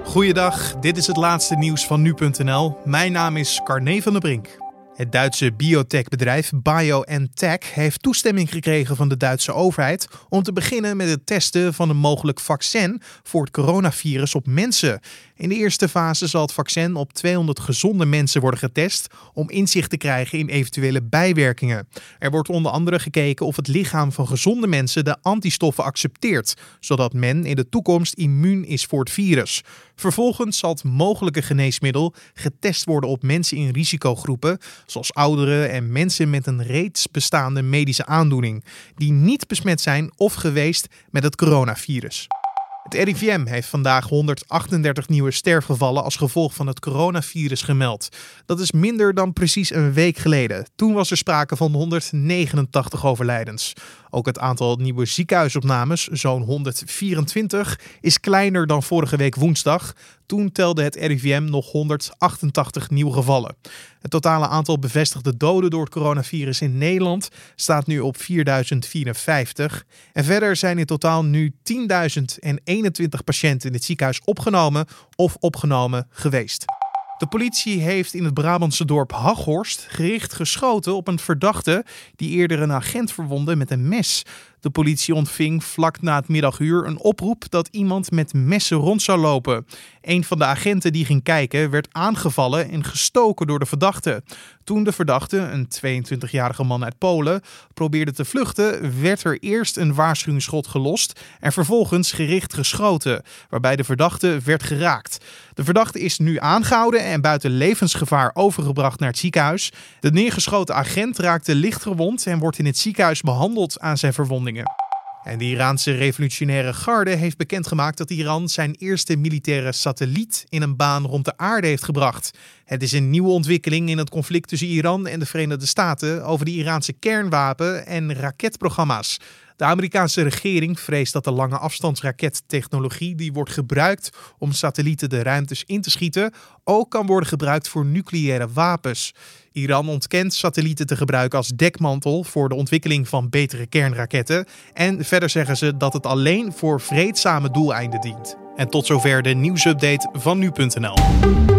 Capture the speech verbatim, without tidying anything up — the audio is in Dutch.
Goeiedag, dit is het laatste nieuws van nu punt n l. Mijn naam is Carne van der Brink. Het Duitse biotechbedrijf BioNTech heeft toestemming gekregen van de Duitse overheid om te beginnen met het testen van een mogelijk vaccin voor het coronavirus op mensen. In de eerste fase zal het vaccin op tweehonderd gezonde mensen worden getest om inzicht te krijgen in eventuele bijwerkingen. Er wordt onder andere gekeken of het lichaam van gezonde mensen de antistoffen accepteert, zodat men in de toekomst immuun is voor het virus. Vervolgens zal het mogelijke geneesmiddel getest worden op mensen in risicogroepen, zoals ouderen en mensen met een reeds bestaande medische aandoening, die niet besmet zijn of geweest met het coronavirus. Het R I V M heeft vandaag honderdachtendertig nieuwe sterfgevallen als gevolg van het coronavirus gemeld. Dat is minder dan precies een week geleden. Toen was er sprake van honderdnegenentachtig overlijdens. Ook het aantal nieuwe ziekenhuisopnames, zo'n honderdvierentwintig, is kleiner dan vorige week woensdag. Toen telde het R I V M nog honderdachtentachtig nieuwe gevallen. Het totale aantal bevestigde doden door het coronavirus in Nederland staat nu op vierduizend vierenvijftig. En verder zijn in totaal nu tienduizend eenentwintig patiënten in het ziekenhuis opgenomen of opgenomen geweest. De politie heeft in het Brabantse dorp Haghorst gericht geschoten op een verdachte die eerder een agent verwondde met een mes. De politie ontving vlak na het middaguur een oproep dat iemand met messen rond zou lopen. Een van de agenten die ging kijken werd aangevallen en gestoken door de verdachte. Toen de verdachte, een tweeëntwintigjarige man uit Polen, probeerde te vluchten, werd er eerst een waarschuwingsschot gelost en vervolgens gericht geschoten, waarbij de verdachte werd geraakt. De verdachte is nu aangehouden en buiten levensgevaar overgebracht naar het ziekenhuis. De neergeschoten agent raakte licht gewond en wordt in het ziekenhuis behandeld aan zijn verwondingen. En de Iraanse revolutionaire garde heeft bekendgemaakt dat Iran zijn eerste militaire satelliet in een baan rond de aarde heeft gebracht. Het is een nieuwe ontwikkeling in het conflict tussen Iran en de Verenigde Staten over de Iraanse kernwapen- en raketprogramma's. De Amerikaanse regering vreest dat de lange afstandsrakettechnologie die wordt gebruikt om satellieten de ruimtes in te schieten ook kan worden gebruikt voor nucleaire wapens. Iran ontkent satellieten te gebruiken als dekmantel voor de ontwikkeling van betere kernraketten. En verder zeggen ze dat het alleen voor vreedzame doeleinden dient. En tot zover de nieuwsupdate van nu punt n l.